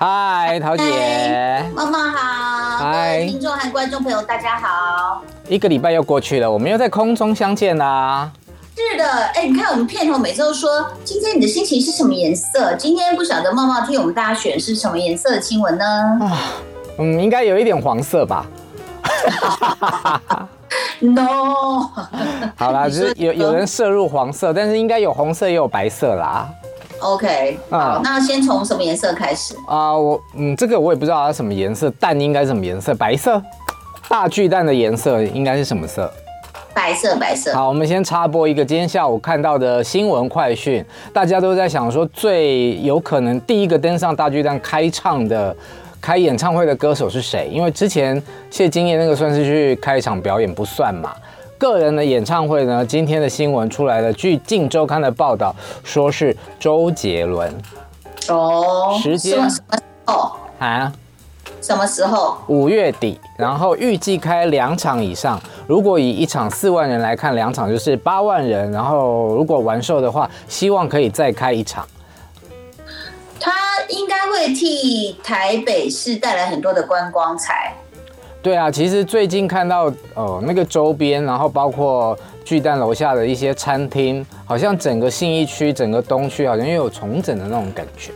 嗨，桃姐， 妈妈好，各位听众和观众朋友，大家好。 一个礼拜又过去了，我们又在空中相见啦。 是的，你看我们片头每次都说，今天你的心情是什么颜色？今天不晓得茂茂替我们大家选是什么颜色的新闻呢？ 应该有一点黄色吧。 No， 好啦，就是有人摄入黄色，但是应该有红色也有白色啦。 OK， 好，那先从什么颜色开始？ 这个我也不知道它什么颜色，蛋应该是什么颜色？白色。大巨蛋的颜色应该是什么色？ 白色，白色。 好，我们先插播一个今天下午看到的新闻快讯，大家都在想说最有可能第一个登上大巨蛋开演唱会的歌手是谁？因为之前谢金燕那个算是去开一场表演不算嘛。个人的演唱会呢，今天的新闻出来了，据《镜周刊》的报道说是周杰伦。时间什么时候啊？ 什么时候 ？5月底，然后预计开2场以上。如果以一场4万人来看，2场就是8万人。然后如果完售的话，希望可以再开1场。 他应该会替台北市带来很多的观光财。 对啊，其实最近看到那个周边，然后包括巨蛋楼下的一些餐厅，好像整个信义区、整个东区好像又有重整的那种感觉。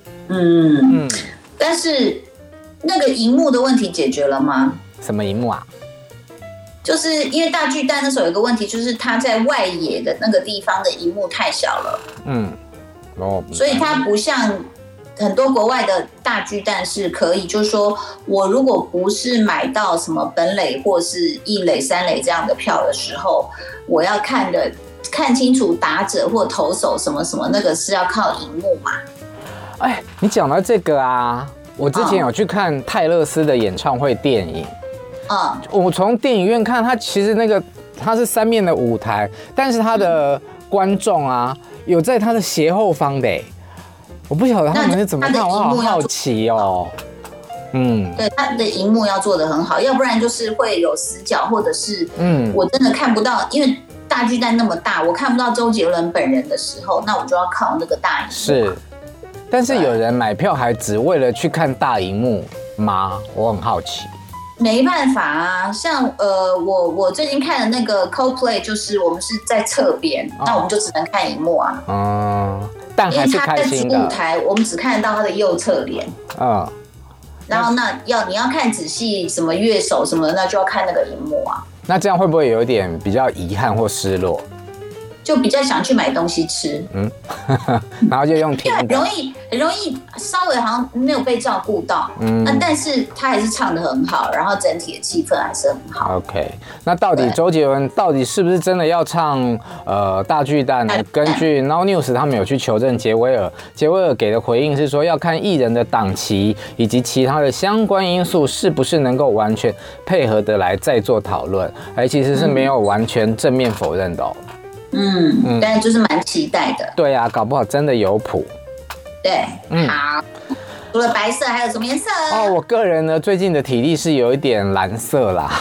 但是那个萤幕的问题解决了吗？ 什么萤幕啊？ 就是因为大巨蛋那时候有个问题，就是它在外野的那个地方的萤幕太小了。所以它不像很多国外的大巨蛋是可以，就是说我如果不是买到什么本垒或是一垒、三垒这样的票的时候，我要看清楚打者或投手什么什么，那个是要靠萤幕嘛。 你讲到这个啊，我之前有去看泰勒斯的演唱会电影。我从电影院看，它其实它是3面的舞台，但是它的观众啊，有在它的斜后方的。我不晓得他们是怎么看，我好好奇哦。 对，它的萤幕要做得很好，要不然就是会有死角，或者是我真的看不到，因为大巨蛋那么大，我看不到周杰伦本人的时候，那我就要靠那个大萤幕。 是，但是有人买票还只为了去看大萤幕吗？我很好奇。 没办法啊，像我最近看的那个 Coldplay， 就是我们是在侧边，那我们就只能看萤幕啊。 但还是开心的。因为他在主舞台，我们只看得到他的右侧脸。然后你要看仔细什么乐手什么的，那就要看那个萤幕啊。 那这样会不会有一点比较遗憾或失落？ 就比较想去买东西吃， 然后就用听的， 很容易稍微好像没有被照顾到，但是他还是唱得很好，然后整体的气氛还是很好。 OK， 那到底周杰伦到底是不是真的要唱大巨蛋呢？根据 Now News 他们有去求证杰威尔给的回应是说，要看艺人的档期以及其他的相关因素是不是能够完全配合得来再做讨论，而其实是没有完全正面否认的。 但就是蛮期待的。 对啊，搞不好真的有谱。 对，好。除了白色，还有什么颜色？ 我个人呢，最近的体力是有一点蓝色啦。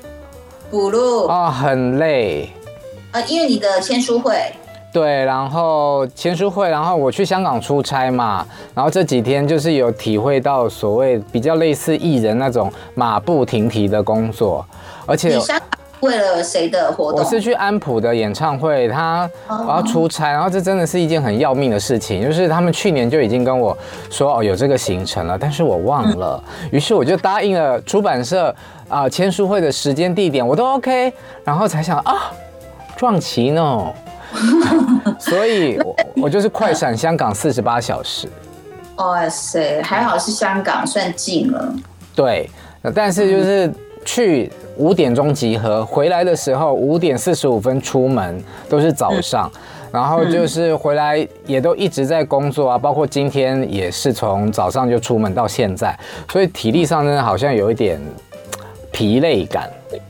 blue。 很累。 因为你的签书会。 对，然后签书会，然后我去香港出差嘛，然后这几天就是有体会到所谓比较类似艺人那种马不停蹄的工作，而且。 为了谁的活动？ 我是去安普的演唱会，我要出差，然后这真的是一件很要命的事情，就是他们去年就已经跟我说有这个行程了，但是我忘了，于是我就答应了出版社签书会的时间地点，我都 OK， 然后才想撞期呢，所以我就是快闪香港48小时。 哇塞，还好是香港，算近了。 对，但是就是去5点钟集合，回来的时候5点45分出门，都是早上，然后就是回来也都一直在工作啊，包括今天也是从早上就出门到现在，所以体力上真的好像有一点疲累感。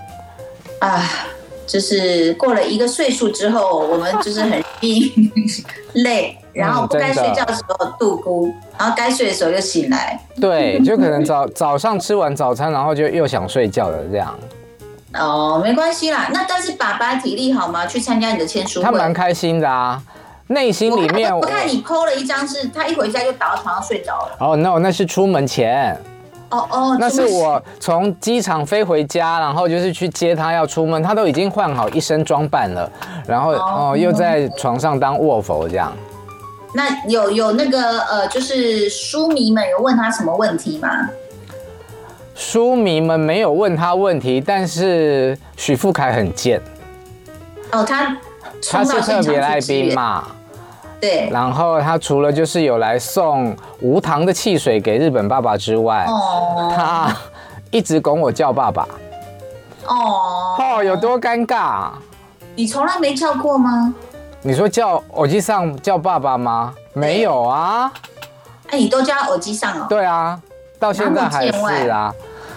就是过了一个岁数之后，我们就是很容易累，然后不该睡觉的时候度孤，然后该睡的时候又醒来。 对，就可能早上吃完早餐，然后就又想睡觉了这样。 没关系啦。那但是爸爸体力好吗？去参加你的签书会， 他蛮开心的啊。 内心里面， 我看你 PO 了一张是他一回家就倒到床上睡着了。 哦 ，no， 那是出门前。那是我从机场飞回家，然后就是去接他要出门，他都已经换好一身装扮了，然后又在床上当卧佛这样。 那有那个就是书迷们有问他什么问题吗？ 书迷们没有问他问题，但是许富凯很贱。 他是特别来宾嘛。 对， 然后他除了就是有来送无糖的汽水给日本爸爸之外，他一直拱我叫爸爸。有多尴尬？ 你从来没叫过吗？ 你说叫耳机上叫爸爸吗？没有啊。 你都叫耳机上哦？ 对啊，到现在还是啊。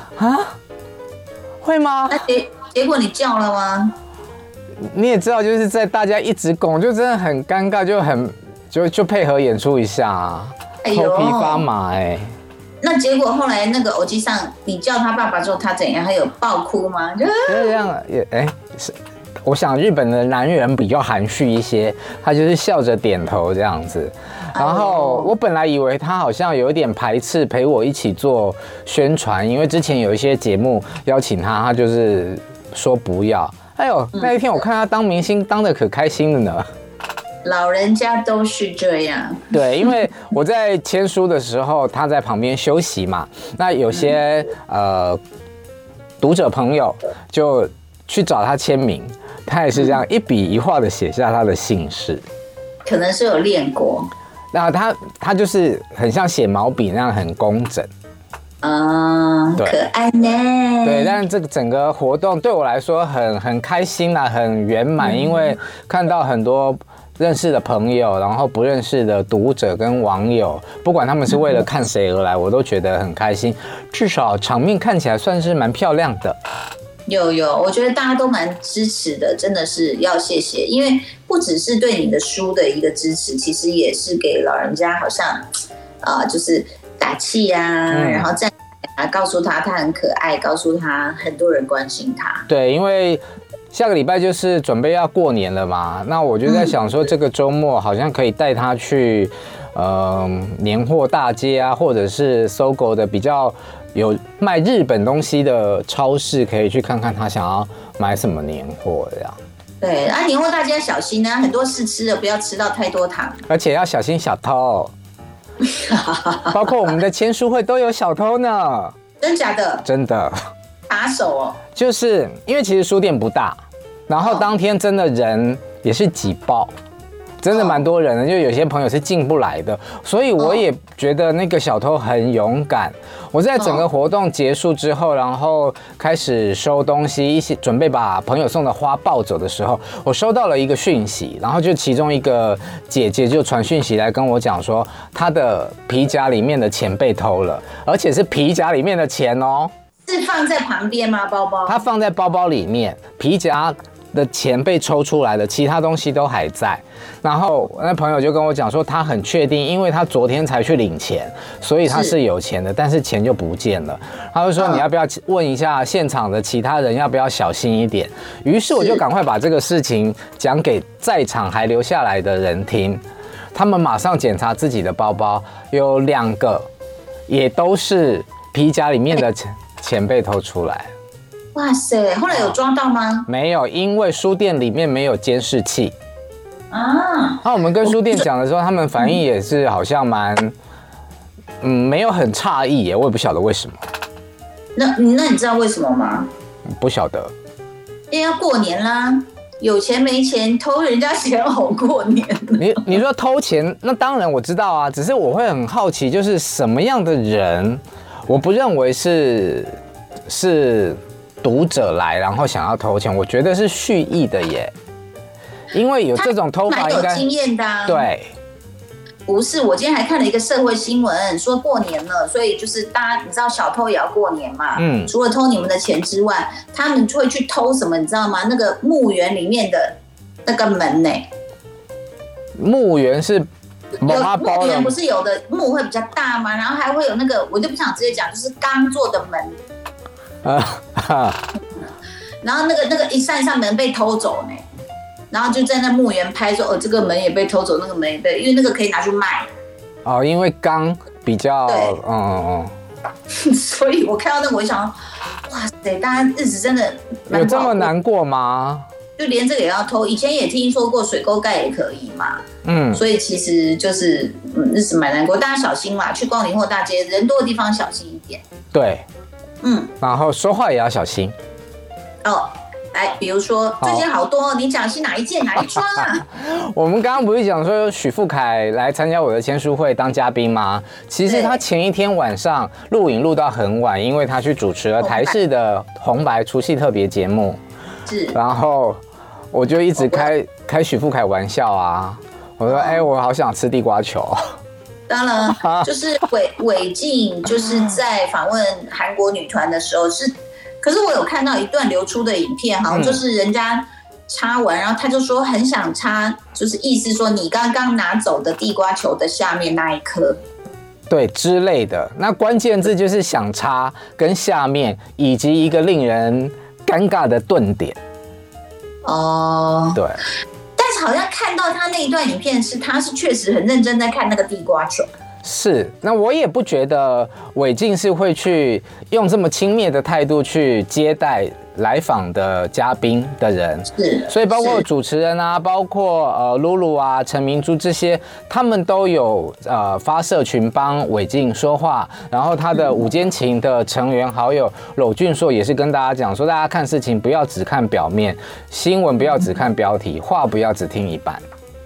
会吗？ 那结果你叫了吗？ 你也知道，就是在大家一直拱，就真的很尴尬，就配合演出一下啊，头皮发麻那结果后来那个耳机上，你叫他爸爸之后，他怎样？他有爆哭吗？ 这样是，我想日本的男人比较含蓄一些，他就是笑着点头这样子。然后我本来以为他好像有一点排斥陪我一起做宣传，因为之前有一些节目邀请他，他就是说不要。那一天我看他当明星当得可开心了呢。 老人家都是这样。 对，因为我在签书的时候，他在旁边休息嘛。那有些读者朋友就去找他签名，他也是这样一笔一画的写下他的姓氏。 可能是有练过。 那他就是很像写毛笔那样很工整。 可爱呢。 对，但是这个整个活动对我来说很开心啦，很圆满，因为看到很多认识的朋友，然后不认识的读者跟网友，不管他们是为了看谁而来，我都觉得很开心。至少场面看起来算是蛮漂亮的。 有，我觉得大家都蛮支持的，真的是要谢谢，因为不只是对你的书的一个支持，其实也是给老人家好像就是打气啊，然后再告诉他很可爱，告诉他很多人关心他。 对，因为下个礼拜就是准备要过年了嘛，那我就在想说，这个周末好像可以带他去年货大街啊，或者是SOGO的比较有卖日本东西的超市，可以去看看他想要买什么年货这样。 对，年货大街要小心啊，很多试吃的不要吃到太多糖， 而且要小心小偷。包括我们的签书会都有小偷呢。 真假的？ 真的。 打手哦。就是因为其实书店不大，然后当天真的人也是挤爆，真的蛮多人的，就有些朋友是进不来的，所以我也觉得那个小偷很勇敢。我在整个活动结束之后，然后开始收东西，一起准备把朋友送的花抱走的时候，我收到了一个讯息，然后就其中一个姐姐就传讯息来跟我讲说，她的皮夹里面的钱被偷了，而且是皮夹里面的钱哦。 是放在旁边吗？包包？ 它放在包包里面，皮夹的钱被抽出来了，其他东西都还在。然后那朋友就跟我讲说，他很确定，因为他昨天才去领钱，所以他是有钱的，但是钱就不见了。他就说你要不要问一下现场的其他人，要不要小心一点？于是我就赶快把这个事情讲给在场还留下来的人听，他们马上检查自己的包包，有2个也都是皮夹里面的钱被偷出来。 哇塞！后来有抓到吗？ 没有，因为书店里面没有监视器啊。那我们跟书店讲的时候，他们反应也是好像没有很诧异耶，我也不晓得为什么。 那你知道为什么吗？ 不晓得。 因为要过年啦，有钱没钱偷人家钱好过年。 你说偷钱，那当然我知道啊，只是我会很好奇，就是什么样的人，我不认为是读者来，然后想要偷钱，我觉得是蓄意的耶，因为有这种偷法应该蛮有经验的啊。 对， 不是，我今天还看了一个社会新闻，说过年了，所以就是大家你知道小偷也要过年嘛，除了偷你们的钱之外，他们就会去偷什么，你知道吗？那个墓园里面的那个门呢？ 墓园是墓园不是有的墓会比较大吗？然后还会有那个，我就不想直接讲，就是钢做的门。然后那个一扇门被偷走呢。 然后就在那墓园拍说，这个门也被偷走，那个门也被，因为那个可以拿去卖。 哦，因为钢比较， 所以我看到那个，我想，哇塞，大家日子真的有这么难过吗？ 就连这个也要偷，以前也听说过水沟盖也可以嘛，所以其实就是日子蛮难过，大家小心嘛，去逛林货大街，人多的地方小心一点。 对，然后说话也要小心。 哦。来，比如说最近好多，你讲是哪一件哪一桩啊？ 我们刚刚不是讲说许富凯来参加我的签书会当嘉宾吗？其实他前一天晚上录影录到很晚，因为他去主持了台视的红白除夕特别节目。是，然后我就一直开许富凯玩笑啊，我说我好想吃地瓜球。 当然，就是韦静就是在访问韩国女团的时候是。可是我有看到一段流出的影片，好像就是人家插完，然后他就说很想插，就是意思说你刚刚拿走的地瓜球的下面那一颗， 对之类的。那关键字就是想插跟下面，以及一个令人尴尬的顿点。 哦， 对。 但是好像看到他那一段影片他是确实很认真在看那个地瓜球。 是，那我也不觉得韦静是会去用这么轻蔑的态度去接待来访的嘉宾的人， 是， 所以包括主持人啊，包括露露啊、陈明珠这些，他们都有发社群帮韦静说话，然后他的五间情的成员好友娄俊硕也是跟大家讲说，大家看事情不要只看表面，新闻不要只看标题，话不要只听一半。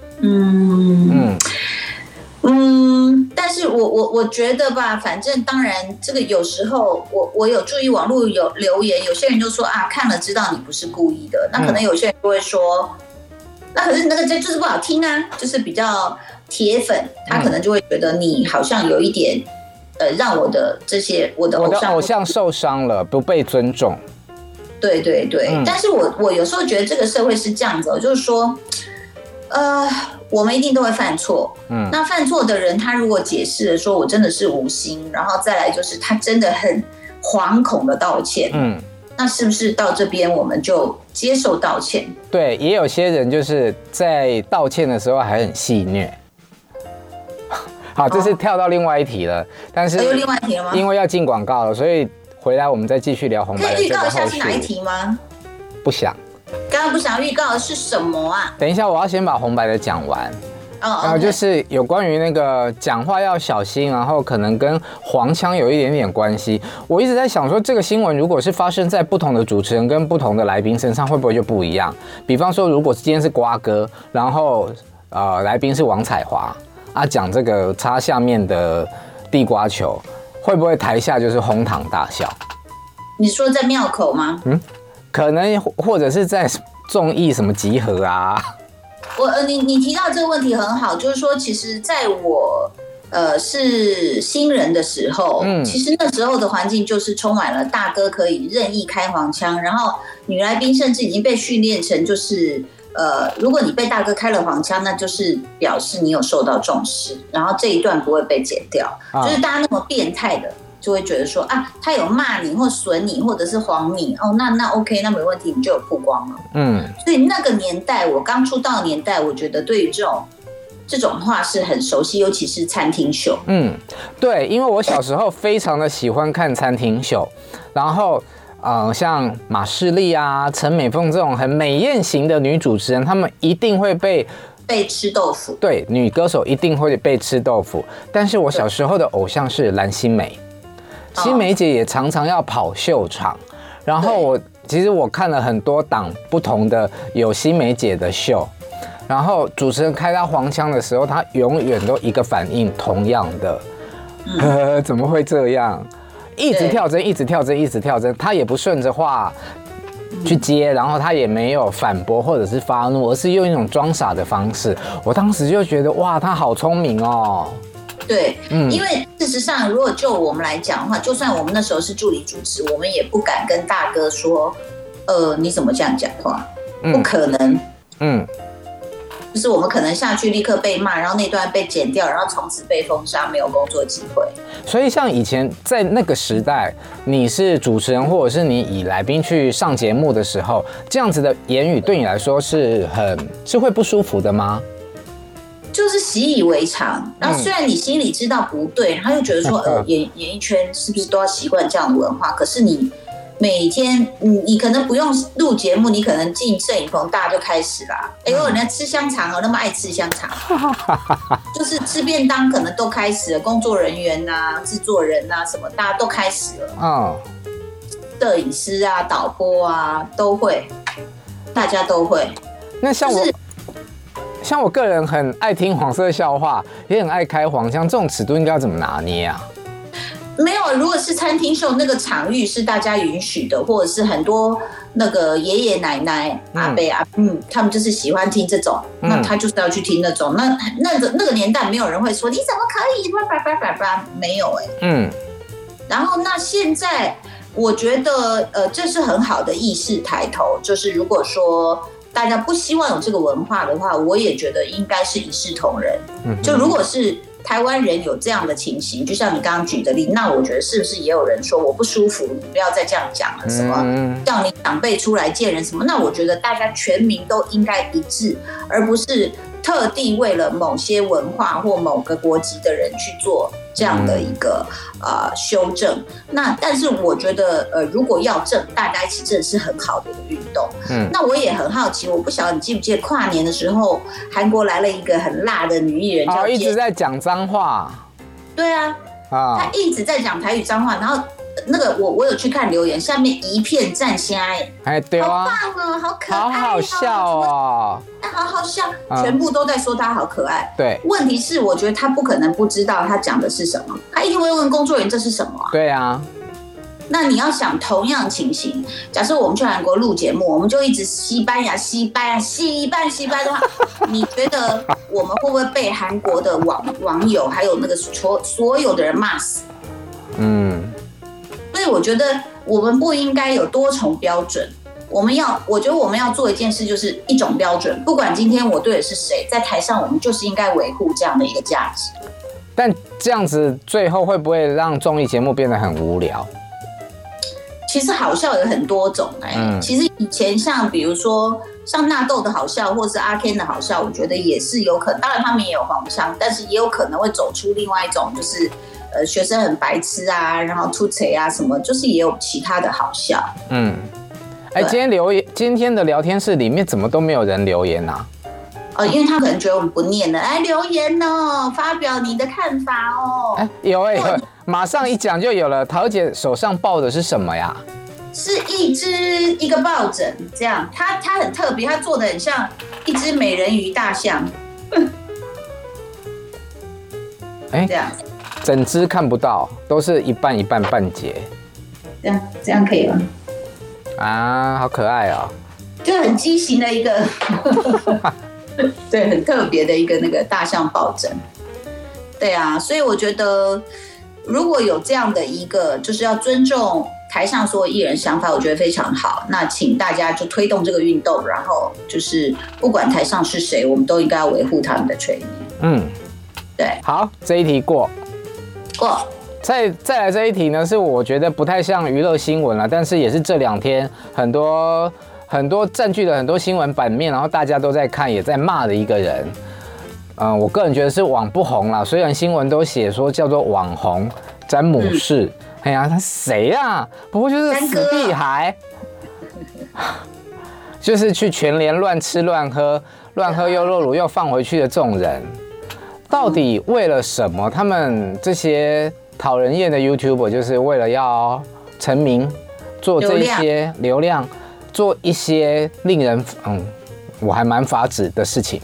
但是我觉得吧，反正当然这个有时候我有注意网络有留言，有些人就说啊，看了知道你不是故意的，那可能有些人就会说，那可是那个就是不好听啊，就是比较铁粉，他可能就会觉得你好像有一点让我的偶像受伤了，不被尊重。 对对对，但是我有时候觉得这个社会是这样子，就是说，我们一定都会犯错，那犯错的人，他如果解释了说我真的是无心，然后再来就是他真的很惶恐的道歉，那是不是到这边我们就接受道歉？ 对，也有些人就是在道歉的时候还很戏谑。好，这是跳到另外一题了，但是有另外一题了吗？ 因为要进广告了，所以回来我们再继续聊红白的这个后续。可以预告一下是哪一题吗？ 不想。 刚刚不想预告的是什么啊？ 等一下，我要先把红白的讲完。然后就是有关于那个讲话要小心，然后可能跟黄腔有一点点关系。我一直在想说，这个新闻如果是发生在不同的主持人跟不同的来宾身上，会不会就不一样？比方说，如果今天是瓜哥，然后来宾是王彩华啊，讲这个插下面的地瓜球，会不会台下就是哄堂大笑？ 你说在庙口吗？ 可能或者是在综艺什么集合啊。 你提到这个问题很好，就是说，其实在我是新人的时候，其实那时候的环境就是充满了大哥可以任意开黄腔，然后女来宾甚至已经被训练成就是如果你被大哥开了黄腔，那就是表示你有受到重视，然后这一段不会被剪掉，就是大家那么变态的。就会觉得说啊，他有骂你或损你，或者是黄你哦，那 OK， 那没问题，你就有曝光了。所以那个年代，我刚出道的年代，我觉得对于这种话是很熟悉，尤其是餐厅秀。 对，因为我小时候非常的喜欢看餐厅秀，然后像马世丽啊、陈美凤这种很美艳型的女主持人，她们一定会被吃豆腐。对， 女歌手一定会被吃豆腐。但是我小时候的偶像是蓝心湄。新梅姐也常常要跑秀场，然后其实我看了很多档不同的有新梅姐的秀，然后主持人开她黄腔的时候，她永远都一个反应同样的，怎么会这样？一直跳针，一直跳针，一直跳针，她也不顺着话去接，然后她也没有反驳或者是发怒，而是用一种装傻的方式。我当时就觉得哇，她好聪明哦。 对，因为事实上，如果就我们来讲的话，就算我们那时候是助理主持，我们也不敢跟大哥说，你怎么这样讲话？不可能。 就是我们可能下去立刻被骂，然后那段被剪掉，然后从此被封杀，没有工作机会。 所以像以前在那个时代，你是主持人或者是你以来宾去上节目的时候，这样子的言语对你来说是会不舒服的吗？ 就是习以为常，然后虽然你心里知道不对，然后又觉得说，演艺圈是不是都要习惯这样的文化？可是你每天，你可能不用录节目，你可能进摄影棚，大家就开始啦。哎呦，人家吃香肠哦，那么爱吃香肠，就是吃便当，可能都开始了。工作人员啊、制作人啊什么，大家都开始了。摄影师啊、导播啊都会，大家都会。 那像我个人很爱听黄色笑话，也很爱开黄腔，这种尺度应该要怎么拿捏啊？ 没有，如果是餐厅秀，那个场域是大家允许的，或者是很多那个爷爷奶奶、阿伯他们就是喜欢听这种，那他就是要去听那种。那个年代没有人会说你怎么可以没有然后那现在我觉得这是很好的意识抬头，就是如果说大家不希望有这个文化的话，我也觉得应该是一视同仁。就如果是台湾人有这样的情形，就像你刚刚举的例，那我觉得是不是也有人说我不舒服，你不要再这样讲了，什么叫你长辈出来见人什么？那我觉得大家全民都应该一致，而不是特地为了某些文化或某个国籍的人去做这样的一个修正。那但是我觉得如果要正，大家一起正是很好的一个运动。那我也很好奇，我不晓得你记不记得跨年的时候，韩国来了一个很辣的女艺人， 一直在讲脏话。 对啊，她一直在讲台语脏话，然后那个我有去看留言，下面一片赞虾对啊， 好棒哦，好可爱， 好好笑哦， 好好笑，全部都在说他好可爱。 对， 问题是我觉得他不可能不知道他讲的是什么，他一定会问工作人员这是什么对啊。 那你要想同样情形，假设我们去韩国录节目，我们就一直西班牙的话，你觉得我们会不会被韩国的网友还有那个所有的人骂死？所以我觉得我们不应该有多重标准。我觉得我们要做一件事，就是一种标准。不管今天我对的是谁，在台上我们就是应该维护这样的一个价值。 但这样子最后会不会让综艺节目变得很无聊？ 其实好笑有很多种其实以前像比如说像纳豆的好笑，或是阿 Ken 的好笑，我觉得也是有可能。当然他们也有黄腔，但是也有可能会走出另外一种，就是学生很白痴啊，然后出贼啊什么，就是也有其他的好笑。 今天的聊天室里面怎么都没有人留言啊？ 因为他可能觉得我们不念了，留言哦，发表你的看法哦。 有马上一讲就有了。桃姐手上抱的是什么呀？ 是一个抱枕，这样，它很特别，它做的很像一只美人鱼大象。这样， 整只看不到，都是一半一半半截。 这样可以吗？ 好可爱哦， 就很畸形的一个，对，很特别的一个那个大象抱枕。对啊，所以我觉得如果有这样的一个，就是要尊重台上所有艺人想法，我觉得非常好。那请大家就推动这个运动，然后就是不管台上是谁，我们都应该要维护他们的权益。对， 好，这一题过。再来这一题呢，是我觉得不太像娱乐新闻了，但是也是这2天很多占据了很多新闻版面，然后大家都在看，也在骂的一个人。我个人觉得是网不红啦，虽然新闻都写说叫做网红詹姆士，他谁啊？不过就是死屁孩，就是去全联乱吃乱喝优酪乳又放回去的这种人，到底为了什么？他们这些讨人厌的 YouTuber 就是为了要成名，做这一些流量，做一些令人我还蛮发指的事情。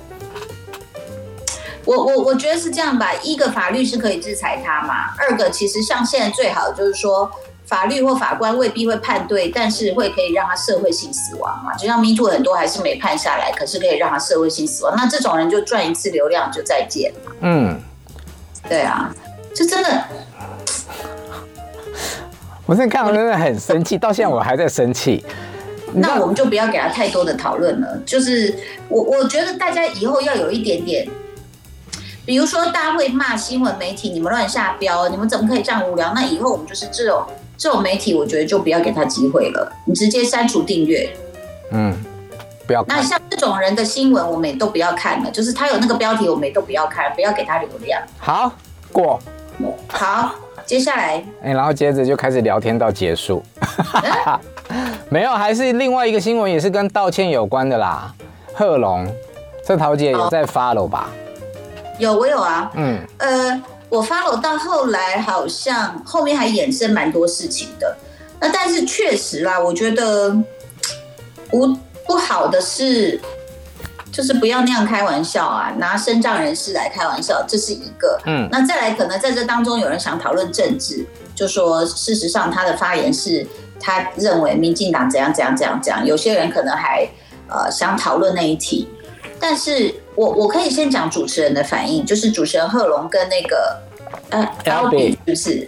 我觉得是这样吧，一个法律是可以制裁他嘛，二个其实像现在最好就是说法律或法官未必会判对，但是可以让他社会性死亡嘛，就像 Me Too 很多还是没判下来，可是可以让他社会性死亡，那这种人就赚一次流量就再见嘛。对啊，就真的， 我真的看到真的很生气，到现在我还在生气。 那我们就不要给他太多的讨论了。就是我觉得大家以后要有一点点，比如说大家会骂新闻媒体，你们乱下标，你们怎么可以这样无聊？那以后我们就是这种媒体，我觉得就不要给他机会了，你直接删除订阅。 不要看。 那像这种人的新闻，我们也都不要看了，就是他有那个标题，我们也都不要看，不要给他流量。 好，过。 好，接下来， 然后接着就开始聊天到结束。没有，还是另外一个新闻，也是跟道歉有关的啦。贺龙，这桃姐有在 follow 吧？ 有，我有啊。我 follow 到后来，好像后面还衍生蛮多事情的。那但是确实啦，我觉得不好的是，就是不要那样开玩笑啊，拿身障人士来开玩笑，这是一个。那再来，可能在这当中有人想讨论政治，就说事实上他的发言是他认为民进党怎样怎样怎样怎样，有些人可能还想讨论那一题。但是我可以先讲主持人的反应，就是主持人贺龙跟那个Albee 是不是？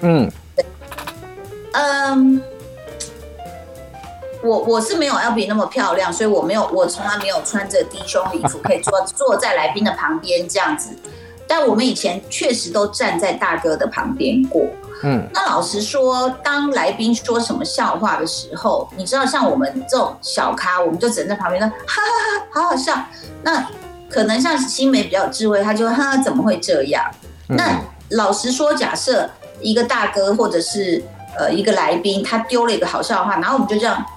我是没有 Albee 那么漂亮，所以我从来没有穿着低胸礼服可以坐在来宾的旁边这样子。但我们以前确实都站在大哥的旁边过。那老实说，当来宾说什么笑话的时候，你知道像我们这种小咖，我们就只能在旁边说哈哈哈，好好笑。那可能像新梅比较有智慧，他就哈哈怎么会这样？那老实说，假设一个大哥或者是一个来宾，他丢了一个好笑的话，然后我们就这样。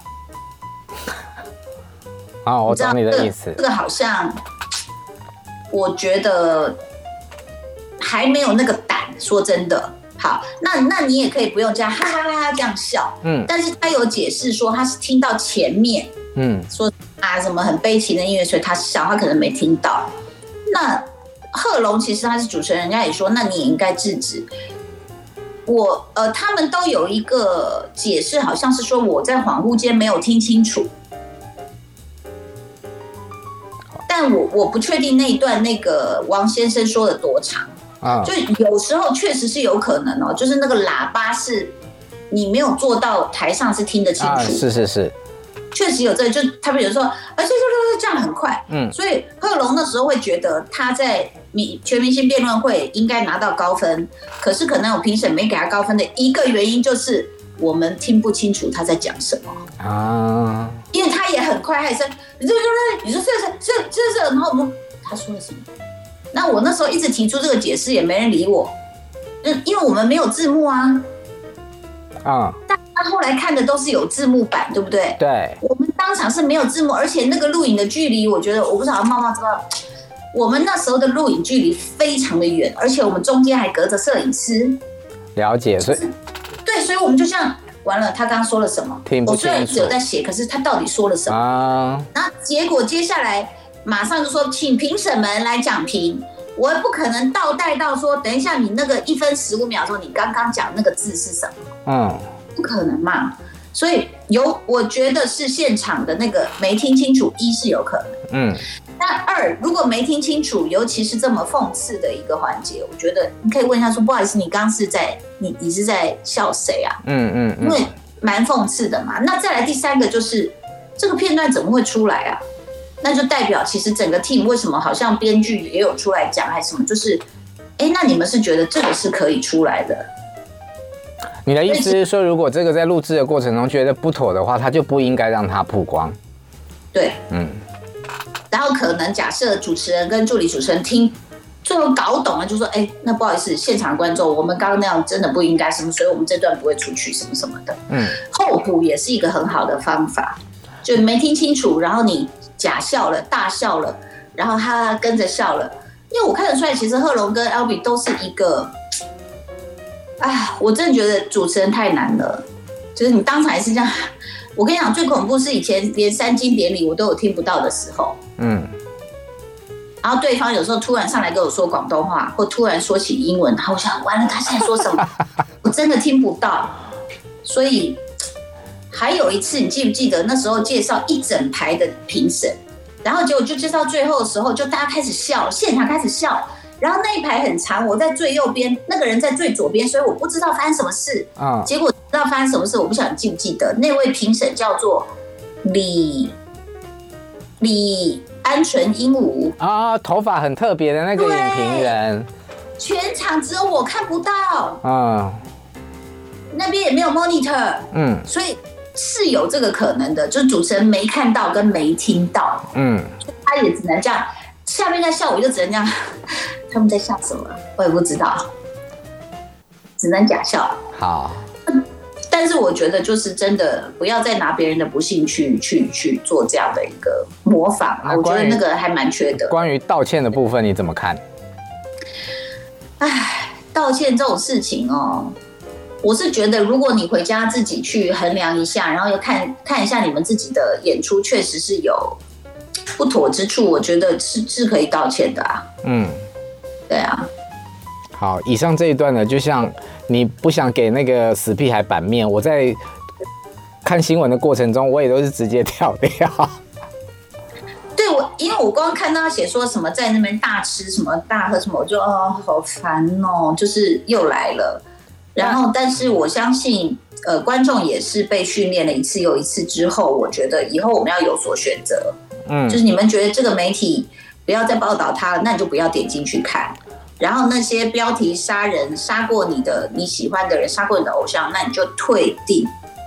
我懂你的意思。 这个好像，我觉得还没有那个胆。说真的，好，那你也可以不用这样哈哈哈哈这样笑。但是他有解释说他是听到前面，说什么很悲情的音乐，所以他笑，他可能没听到。那贺龙其实他是主持人，人家也说，那你也应该制止。他们都有一个解释，好像是说我在恍惚间没有听清楚。但我不确定那一段那个王先生说的多长，就有时候确实是有可能就是那个喇叭是你没有做到台上是听得清楚， 是， 确实有这个，就他们有时候而且这样很快，所以贺龙那时候会觉得他在全明星辩论会应该拿到高分，可是可能有评审没给他高分的一个原因就是我们听不清楚他在讲什么因为他也很快，他也是你说是，然后我们他说了什么？那我那时候一直提出这个解释，也没人理我，因为我们没有字幕大家后来看的都是有字幕版，对不对？ 对， 我们当场是没有字幕，而且那个录影的距离，我觉得我不知道妈妈知道，我们那时候的录影距离非常的远，而且我们中间还隔着摄影师。 了解，所以对，所以我们就这样。完了，他刚刚说了什么？我虽然只有在写，可是他到底说了什么？那结果接下来马上就说，请评审们来讲评。我也不可能倒带到说，等一下你那个1分15秒说你刚刚讲那个字是什么？不可能嘛。所以我觉得是现场的那个没听清楚，一是有可能。但二，如果没听清楚，尤其是这么讽刺的一个环节，我觉得你可以问一下说，不好意思，你刚刚是在你是在笑谁啊？因为蛮讽刺的嘛。那再来第三个就是这个片段怎么会出来啊？那就代表其实整个 team 为什么好像编剧也有出来讲还是什么？就是那你们是觉得这个是可以出来的？ 你的意思是说，如果这个在录制的过程中觉得不妥的话，他就不应该让它曝光？ 对，然后可能假设主持人跟助理主持人最后搞懂了，就说那不好意思，现场观众，我们刚刚那样真的不应该什么，所以我们这段不会出去什么什么的。后补也是一个很好的方法，就没听清楚，然后你假笑了，大笑了，然后他跟着笑了，因为我看得出来，其实贺龙跟 Albee 都是一个，我真的觉得主持人太难了，就是你当场也是这样。我跟你讲，最恐怖是以前连3金典礼我都有听不到的时候，然后对方有时候突然上来跟我说广东话，或突然说起英文，然后我想完了，他现在说什么，我真的听不到。所以还有一次，你记不记得那时候介绍一整排的评审，然后结果就介绍最后的时候，就大家开始笑，现场开始笑，然后那一排很长，我在最右边，那个人在最左边，所以我不知道发生什么事。结果知道发生什么事，我不晓得你记不记得，那位评审叫做李鹌鹑鹦鹉啊，头发很特别的那个影评人， 全场只有我看不到，那边也没有 monitor， 所以是有这个可能的，就是主持人没看到跟没听到，他也只能这样，下面在笑，我就只能这样，他们在笑什么，我也不知道，只能假笑。 好。 但是我觉得就是真的不要再拿别人的不幸去做这样的一个模仿，我觉得那个还蛮缺的。 关于道歉的部分你怎么看？ 道歉这种事情哦，我是觉得如果你回家自己去衡量一下，然后又看一下你们自己的演出，确实是有不妥之处，我觉得是可以道歉的啊。对啊。 好，以上这一段呢，就像你不想给那个死屁孩版面，我在看新闻的过程中，我也都是直接跳掉。 对，因为我光看到他写说什么在那边大吃什么大喝什么，我就好烦哦，就是又来了。然后，但是我相信，观众也是被训练了一次又一次之后，我觉得以后我们要有所选择。就是你们觉得这个媒体不要再报道他了，那你就不要点进去看。然后那些标题杀人、杀过你喜欢的人、杀过你的偶像，那你就退订，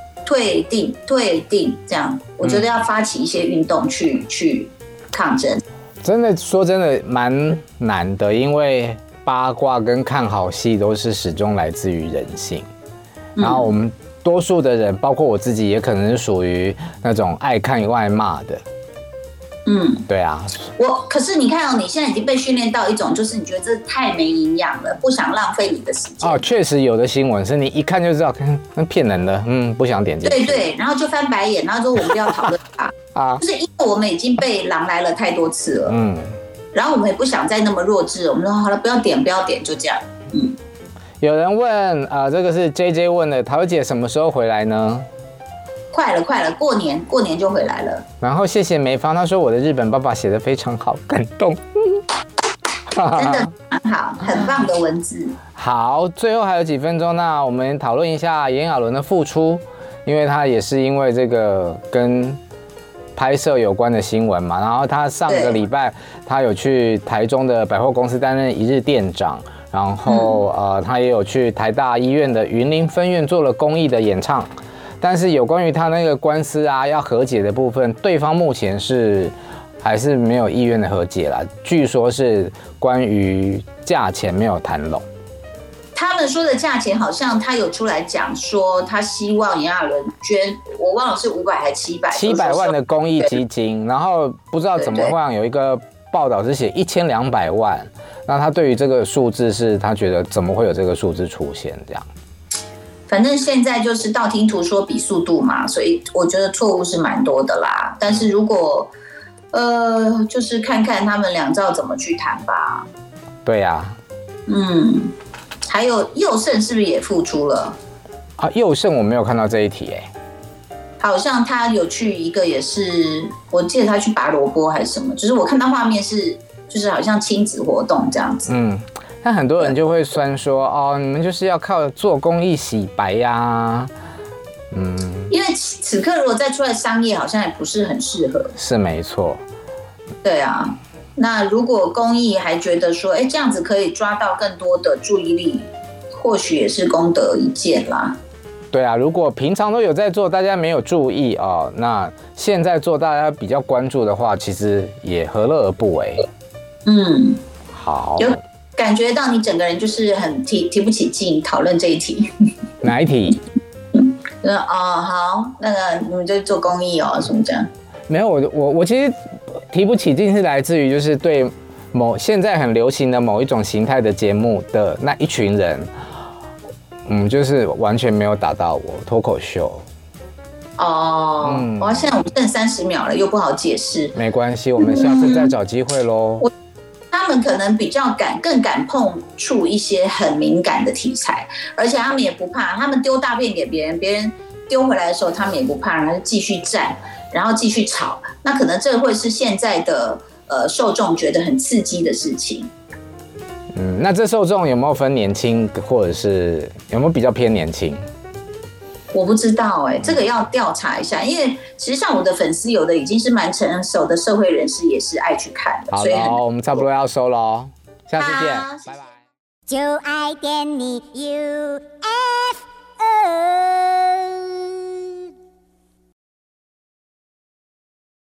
这样，我觉得要发起一些运动去抗争。 真的说真的蛮难的，因为八卦跟看好戏都是始终来自于人性。然后我们多数的人，包括我自己，也可能是属于那种爱看又爱骂的。对啊， 可是你看你现在已经被训练到一种，就是你觉得这太没营养了，不想浪费你的时间。 确实有的新闻是你一看就知道，那骗人的，不想点进去。 对，然后就翻白眼，然后说我们不要讨论它。就是因为我们已经被狼来了太多次了，然后我们也不想再那么弱智，我们说好了，不要点，就这样。 有人问这个是 JJ 问的，桃姐什么时候回来呢？ 快了，过年就回来了。 然后谢谢梅芳，他说我的日本爸爸写得非常好，感动。 真的很好，很棒的文字。 好，最后还有几分钟，那我们讨论一下炎亚纶的复出，因为他也是因为这个跟拍摄有关的新闻嘛。然后他上个礼拜他有去台中的百货公司担任一日店长，然后他也有去台大医院的云林分院做了公益的演唱。但是有关于他那个官司要和解的部分，对方目前还是没有意愿的和解啦。据说是关于价钱没有谈拢。 他们说的价钱好像他有出来讲说，他希望炎亚纶捐，我忘了是500还是700 万的公益基金，然后不知道怎么会有一个报道是写1200万，那他对于这个数字是他觉得怎么会有这个数字出现这样。 反正现在就是道听途说比速度嘛，所以我觉得错误是蛮多的啦。但是如果就是看看他们两造怎么去谈吧。 对呀。 还有佑胜是不是也复出了？ 佑胜我没有看到这一题好像他有去一个也是，我记得他去拔萝卜还是什么，就是我看到画面是就是好像亲子活动这样子。 但很多人就会酸说你们就是要靠做公益洗白呀。 因为此刻如果再出来商业，好像也不是很适合。 是没错。 对啊，那如果公益还觉得说，这样子可以抓到更多的注意力，或许也是功德一件啦。 对啊，如果平常都有在做，大家没有注意那现在做大家比较关注的话，其实也何乐而不为。好。 感觉到你整个人就是很提不起劲讨论这一题。 哪一题？ 好，那个你们就做公益什么这样？ 没有，我其实提不起劲是来自于就是对现在很流行的某一种形态的节目的那一群人，就是完全没有打到我。脱口秀。 现在我们剩30秒了，又不好解释。 没关系，我们下次再找机会咯。 他们可能比较更敢碰触一些很敏感的题材，而且他们也不怕，他们丢大便给别人，别人丢回来的时候，他们也不怕，然后继续站，然后继续吵。那可能这会是现在的受众觉得很刺激的事情。 那这受众有没有分年轻，或者是有没有比较偏年轻？ 我不知道这个要调查一下，因为其实像我的粉丝有的已经是蛮成熟的社会人士，也是爱去看的。 好了，我们差不多要收了，下次见，拜拜。 就爱点你 UFO。